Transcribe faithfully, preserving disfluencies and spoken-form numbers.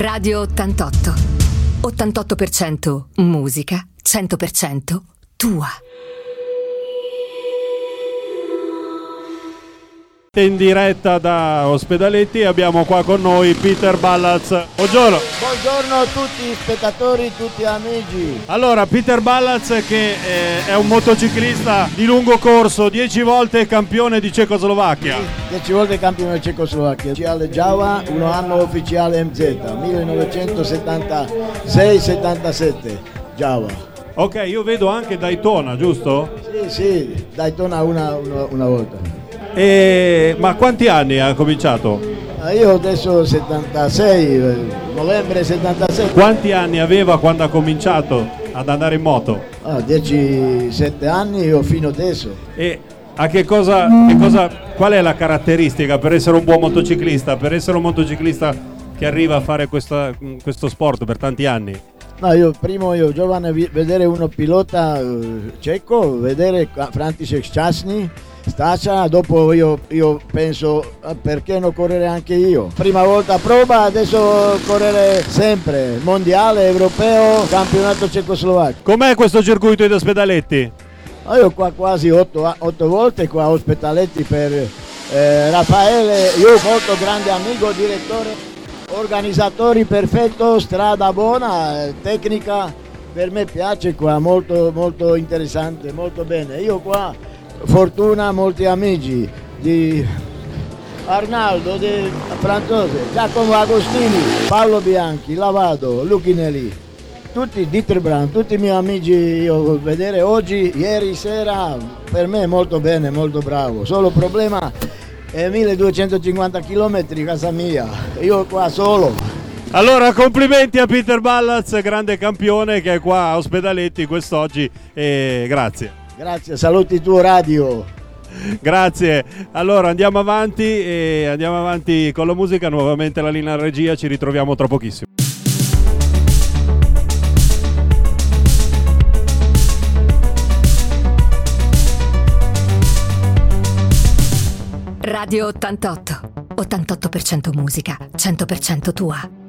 Radio ottantotto. ottantotto per cento musica, cento per cento tua. In diretta da Ospedaletti abbiamo qua con noi Peter Ballatz. Buongiorno. Buongiorno a tutti gli spettatori, tutti amici. Allora, Peter Ballatz che eh, è un motociclista di lungo corso, dieci volte campione di Cecoslovacchia. dieci volte campione di Cecoslovacchia. Ufficiale Java, un anno ufficiale M Z, millenovecentosettantasei settantasette, Java. Ok, io vedo anche Daytona, giusto? Sì, sì, Daytona una, una, una volta. E... ma quanti anni ha cominciato? Io adesso settantasei, novembre settantasei. Quanti anni aveva quando ha cominciato ad andare in moto? Ah, diciassette anni io fino adesso. E a che cosa, che cosa, qual è la caratteristica per essere un buon motociclista, per essere un motociclista che arriva a fare questa, questo sport per tanti anni? No, io primo io giovane vedere uno pilota uh, ceco, vedere František Šťastný, Staccia, dopo io, io penso perché non correre anche io. Prima volta prova, adesso correre sempre, mondiale, europeo, campionato cecoslovacco. Com'è questo circuito di Ospedaletti? Io qua quasi otto, otto volte qua a Ospedaletti per eh, Raffaele, io molto grande amico, direttore, organizzatori perfetto, strada buona, tecnica, per me piace qua, molto molto interessante, molto bene. Io qua fortuna, molti amici di Arnaldo, di Franzose, Giacomo Agostini, Paolo Bianchi, Lavado, Lucchinelli, tutti Dieter Brand, tutti i miei amici io vedere oggi, ieri sera, per me molto bene, molto bravo. Solo problema è milleduecentocinquanta chilometri casa mia, io qua solo. Allora complimenti a Peter Ballatz, grande campione che è qua a Ospedaletti quest'oggi e grazie. Grazie, saluti tuo radio. Grazie. Allora andiamo avanti e andiamo avanti con la musica, nuovamente la linea regia, ci ritroviamo tra pochissimo. Radio ottantotto. ottantotto per cento musica, cento per cento tua.